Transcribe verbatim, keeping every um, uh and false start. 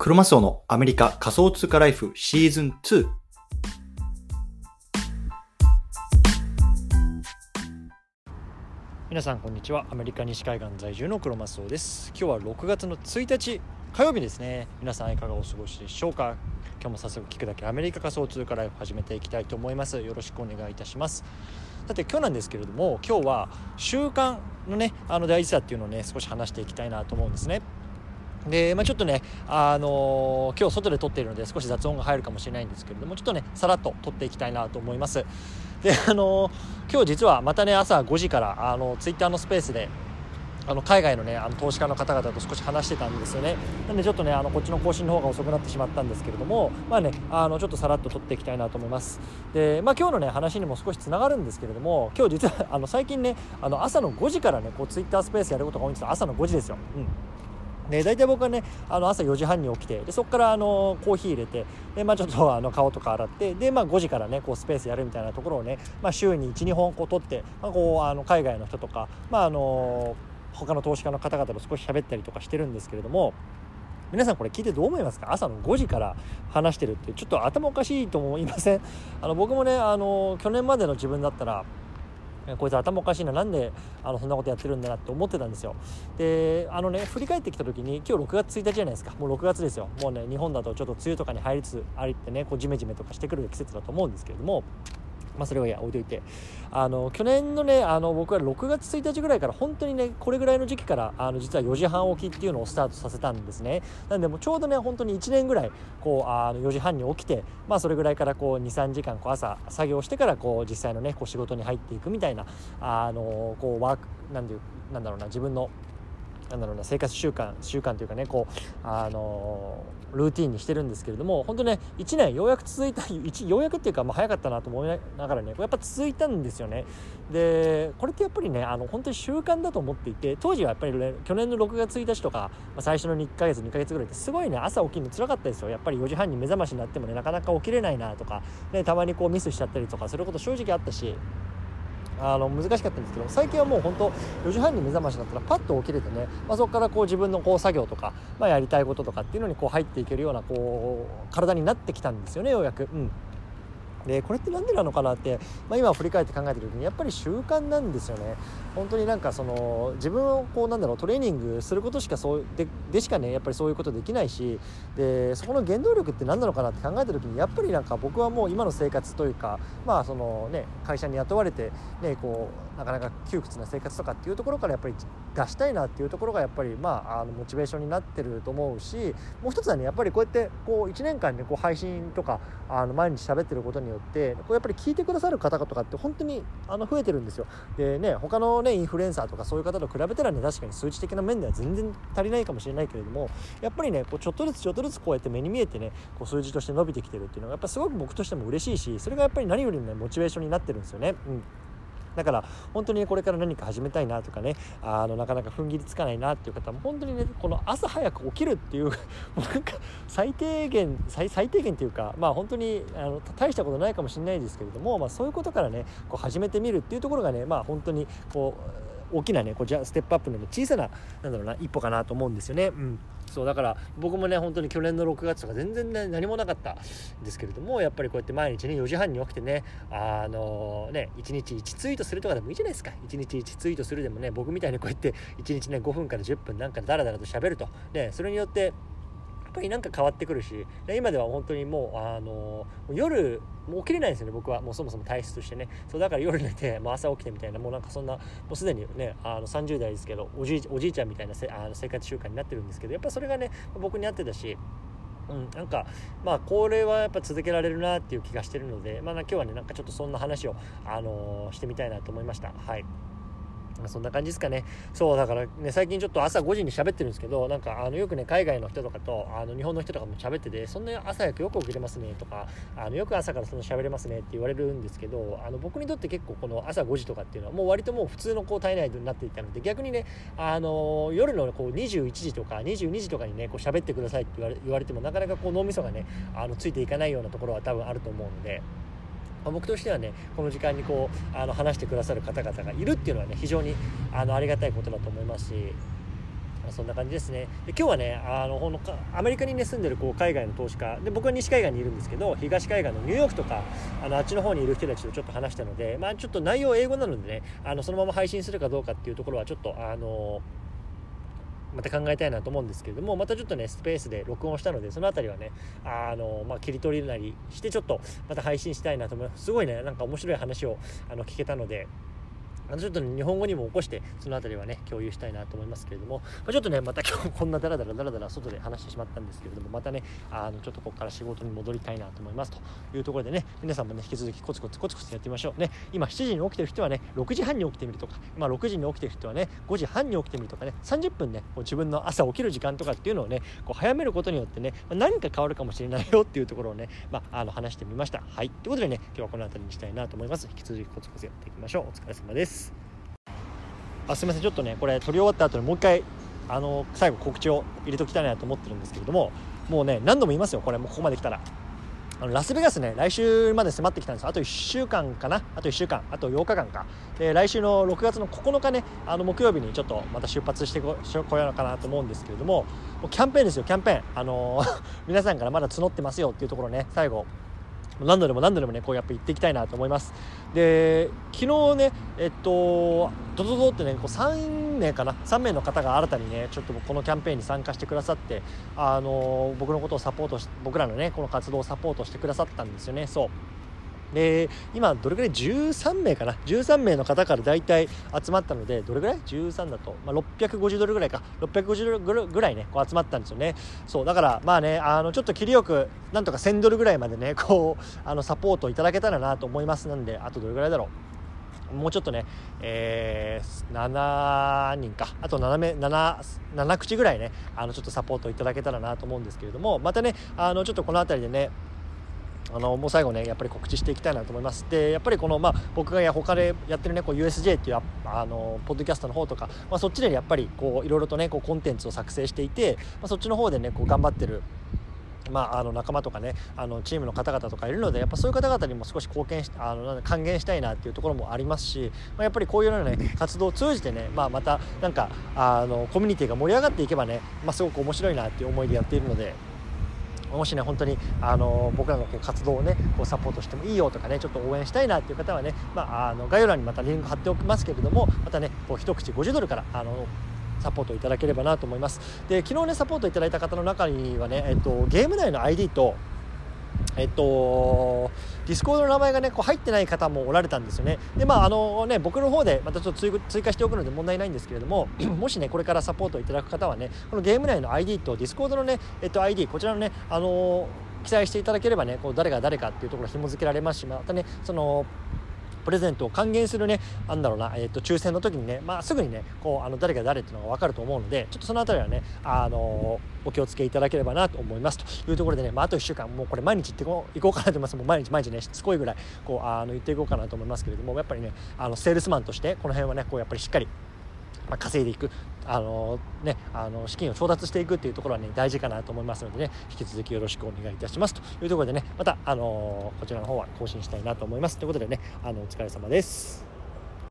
クロマスオのアメリカ仮想通貨ライフシーズンツー。 皆さんこんにちは。アメリカ西海岸在住のクロマスオです。今日はろくがつのついたち火曜日ですね。皆さんいかがお過ごしでしょうか。今日も早速聞くだけアメリカ仮想通貨ライフ始めていきたいと思います。よろしくお願いいたします。さて今日なんですけれども、今日は習慣のねあの大事さっていうのをね少し話していきたいなと思うんですね。で、まあ、ちょっとね、あのー、今日外で撮っているので少し雑音が入るかもしれないんですけれども、ちょっとねさらっと撮っていきたいなと思います。で、あのー、今日実はまたね朝ごじからあのツイッターのスペースであの海外のねあの投資家の方々と少し話してたんですよね。なんでちょっとねあのこっちの更新の方が遅くなってしまったんですけれども、まあねあのちょっとさらっと撮っていきたいなと思います。で、まあ今日のね話にも少しつながるんですけれども、今日実はあの最近ねあの朝のごじからねこうツイッタースペースやることが多いんですよ。朝のごじですよ。うんで大体僕はねあの朝よじはんに起きて、でそこからあのコーヒー入れて、で、まあ、ちょっとあの顔とか洗って、で、まあ、ごじからねこうスペースやるみたいなところをね、まあ、週にいち、にほんこう撮って、まあ、こうあの海外の人とか、まあ、あの他の投資家の方々と少し喋ったりとかしてるんですけれども、皆さんこれ聞いてどう思いますか？朝のごじから話してるってちょっと頭おかしいと思いません？あの僕もねあの去年までの自分だったらこいつ頭おかしいな、なんであのそんなことやってるんだなって思ってたんですよ。であのね振り返ってきた時に今日ろくがつついたちじゃないですか。もうろくがつですよ。もうね日本だとちょっと梅雨とかに入りつつありってねこうジメジメとかしてくる季節だと思うんですけれども、まあ、それは置いといて、あの去年のねあの僕はろくがつついたちぐらいから本当にねこれぐらいの時期からあの実はよじはん起きっていうのをスタートさせたんですね。なんでもうちょうどね本当にいちねんぐらいこうあのよじはんに起きて、まあそれぐらいからこう にさんじかんこう朝作業してからこう実際のねこう仕事に入っていくみたいなあのこうワークなんていうなんだろうな自分のなんだろうな生活習慣習慣というかねこうあのルーティンにしてるんですけれども、本当ねいちねんようやく続いたようやくっていうか、まあ、早かったなと思いながらねやっぱ続いたんですよね。でこれってやっぱりねあの本当に習慣だと思っていて、当時はやっぱり、ね、去年のろくがつついたちとか、まあ、最初のいっかげつにかげつぐらいってすごいね朝起きるの辛かったですよ。やっぱりよじはんに目覚ましになってもねなかなか起きれないなとか、ね、たまにこうミスしちゃったりとかすること正直あったし、あの難しかったんですけど、最近はもう本当よじはんに目覚ましだったらパッと起きれてね、まあ、そこからこう自分のこう作業とか、まあ、やりたいこととかっていうのにこう入っていけるようなこう体になってきたんですよねようやく。うんでこれってなんでなのかなって、まあ、今振り返って考えてる時にやっぱり習慣なんですよね。本当になんかその自分をこうなんだろうトレーニングすることしかそう で, でしかねやっぱりそういうことできないし、でそこの原動力って何なのかなって考えた時にやっぱりなんか僕はもう今の生活というか、まあそのね会社に雇われてねこうなかなか窮屈な生活とかっていうところからやっぱり出したいなっていうところがやっぱりまああのモチベーションになってると思うし、もう一つはねやっぱりこうやってこういちねんかんねこう配信とかあの毎日喋ってることによってこうやっぱり聞いてくださる方とかって本当にあの増えてるんですよ。でね他のねインフルエンサーとかそういう方と比べたらね確かに数値的な面では全然足りないかもしれないけれども、やっぱりねこうちょっとずつちょっとずつこうやって目に見えてねこう数字として伸びてきてるっていうのがやっぱすごく僕としても嬉しいし、それがやっぱり何よりもねモチベーションになってるんですよね。うんだから本当にこれから何か始めたいなとかねあのなかなか踏ん切りつかないなっていう方も本当にねこの朝早く起きるっていうなんか最低限 最, 最低限っていうかまあ本当にあの大したことないかもしれないですけれども、まあ、そういうことからねこう始めてみるっていうところがねまあ本当にこう大きなねこうじゃステップアップの、ね、小さななんだろうな一歩かなと思うんですよね。うんそうだから僕もね本当に去年のろくがつとか全然、ね、何もなかったんですけれども、やっぱりこうやって毎日ねよじはんに起きてねあのねいちにちいちツイートするとかでもいいじゃないですか。いちにちいちツイートするでもね僕みたいにこうやっていちにちねごふんからじゅっぷんなんかダラダラと喋るとね、それによってやっぱりなんか変わってくるし、今では本当にもうあの夜もう起きれないんですよね僕は。もうそもそも体質としてねそうだから夜寝て、もう朝起きてみたいな、もうなんかそんなもうすでにねあのさんじゅう代ですけどおじい、おじいちゃんみたいなせあの生活習慣になってるんですけど、やっぱそれがね僕に合ってたし、うん、なんかまあこれはやっぱ続けられるなっていう気がしてるので、まあ今日はねなんかちょっとそんな話を、あのー、してみたいなと思いました。はいそんな感じですかね。そうだからね最近ちょっと朝ごじに喋ってるんですけど、なんかあのよくね海外の人とかとあの日本の人とかも喋ってて、そんな朝早くよく起きれますねとかあのよく朝からそんな喋れますねって言われるんですけど、あの僕にとって結構この朝ごじとかっていうのはもう割ともう普通のこう体内になっていたので、逆にねあの夜のこうにじゅういちじとかにじゅうにじとかにねこう喋ってくださいって言われ、言われてもなかなかこう脳みそがねあのついていかないようなところは多分あると思うので、僕としてはねこの時間にこうあの話してくださる方々がいるっていうのはね非常にあのありがたいことだと思いますし、 そんな感じですね。で今日はねあのほんのアメリカに、ね、住んでるこう海外の投資家で、僕は西海岸にいるんですけど、東海岸のニューヨークとかあのあっちの方にいる人たちとちょっと話したので、まあ、ちょっと内容英語なのでね、あのそのまま配信するかどうかっていうところはちょっとあのまた考えたいなと思うんですけれども、またちょっとねスペースで録音したので、そのあたりはねあの、まあ、切り取りなりしてちょっとまた配信したいなと思います。すごいねなんか面白い話をあの聞けたので、あのちょっと、ね、日本語にも起こしてそのあたりはね共有したいなと思いますけれども、まあ、ちょっとねまた今日こんなダラダラダラダラ外で話してしまったんですけれども、またねあのちょっとここから仕事に戻りたいなと思いますというところでね、皆さんもね引き続きコツコツコツコツやってみましょうね。今しちじに起きてる人はねろくじはんに起きてみるとか、今ろくじに起きてる人はねごじはんに起きてみるとかね、さんじゅっぷんねこう自分の朝起きる時間とかっていうのをねこう早めることによってね何か変わるかもしれないよっていうところをね、まあ、あの話してみました。はい、ということでね今日はこの辺りにしたいなと思います。引き続きコツコツやっていきましょう。お疲れ様です。あすみません、ちょっとねこれ撮り終わった後にもう一回あの最後告知を入れときたいなと思ってるんですけれども、もうね何度も言いますよ、これもうここまで来たらあのラスベガスね来週まで迫ってきたんです。あといっしゅうかんかな、あといっしゅうかん、あとようかかんかで、来週のろくがつのここのかねあの木曜日にちょっとまた出発してここようかなと思うんですけれども、もうキャンペーンですよ、キャンペーン。あのー、皆さんからまだ募ってますよっていうところね、最後何度でも何度でもねこうやっぱ言っていきたいなと思います。で昨日ねえっとドドドってねこうさんめいかなさんめいの方が新たにねちょっとこのキャンペーンに参加してくださって、あの僕のことをサポートし僕らのねこの活動をサポートしてくださったんですよね。そうで今どれぐらいじゅうさんめいかなじゅうさんめいの方からだいたい集まったので、どれぐらいじゅうさんだと、まあ、ろっぴゃくごじゅうドルぐらいかろっぴゃくごじゅうドルぐらいねこう集まったんですよね。そうだからまあねあのちょっと切りよくなんとかせんドルぐらいまでねこうあのサポートいただけたらなと思います。なんであとどれぐらいだろう、もうちょっとね、えー、ななにんかあと 7, 目 7, 7口ぐらいねあのちょっとサポートいただけたらなと思うんですけれども、またねあのちょっとこのあたりでねあのもう最後ねやっぱり告知していきたいなと思います。でやっぱりこの、まあ、僕が他でやってるねこう ユーエスジェー っていうあのポッドキャストの方とか、まあ、そっちでやっぱりこういろいろとねこうコンテンツを作成していて、まあ、そっちの方でねこう頑張ってるまあ、あの仲間とかねあのチームの方々とかいるので、やっぱそういう方々にも少し貢献しあの還元したいなっていうところもありますし、まあ、やっぱりこういうような、ね、活動を通じてね、まあ、またなんかあのコミュニティが盛り上がっていけばね、まあ、すごく面白いなっていう思いでやっているので、もしね本当にあの僕らのこう活動をねこうサポートしてもいいよとかねちょっと応援したいなっていう方はね、まあ、あの概要欄にまたリンク貼っておきますけれども、またねこう一口ごじゅうドルからあのサポートいただければなと思います。で昨日ねサポートいただいた方の中にはね、えっと、ゲーム内の アイディー とえっと、ディスコードの名前がねこう入ってない方もおられたんですよね。でまああのね僕の方でまたちょっと追追加しておくので問題ないんですけれどももしねこれからサポートいただく方はねこのゲーム内の アイディー とディスコードのね、えっと、アイディー こちらのねあの記載していただければねこう誰が誰かっていうところ紐付けられますし、またねそのプレゼントを還元するねなんだろうな、えー、と抽選の時にね、まあ、すぐにねこうあの誰が誰っていうのが分かると思うので、ちょっとそのあたりはね、あのー、お気をつけいただければなと思いますというところでね、まあ、あといっしゅうかんもうこれ毎日言ってこういこうかなと思います。もう毎日毎日ねしつこいぐらいこうあの言っていこうかなと思いますけれども、やっぱりねあのセールスマンとしてこの辺はねこうやっぱりしっかりまあ、稼いでいくあの、ね、あの資金を調達していくっていうところはね大事かなと思いますのでね、引き続きよろしくお願いいたしますというところでね、またあのこちらの方は更新したいなと思いますということでね、あのお疲れ様です。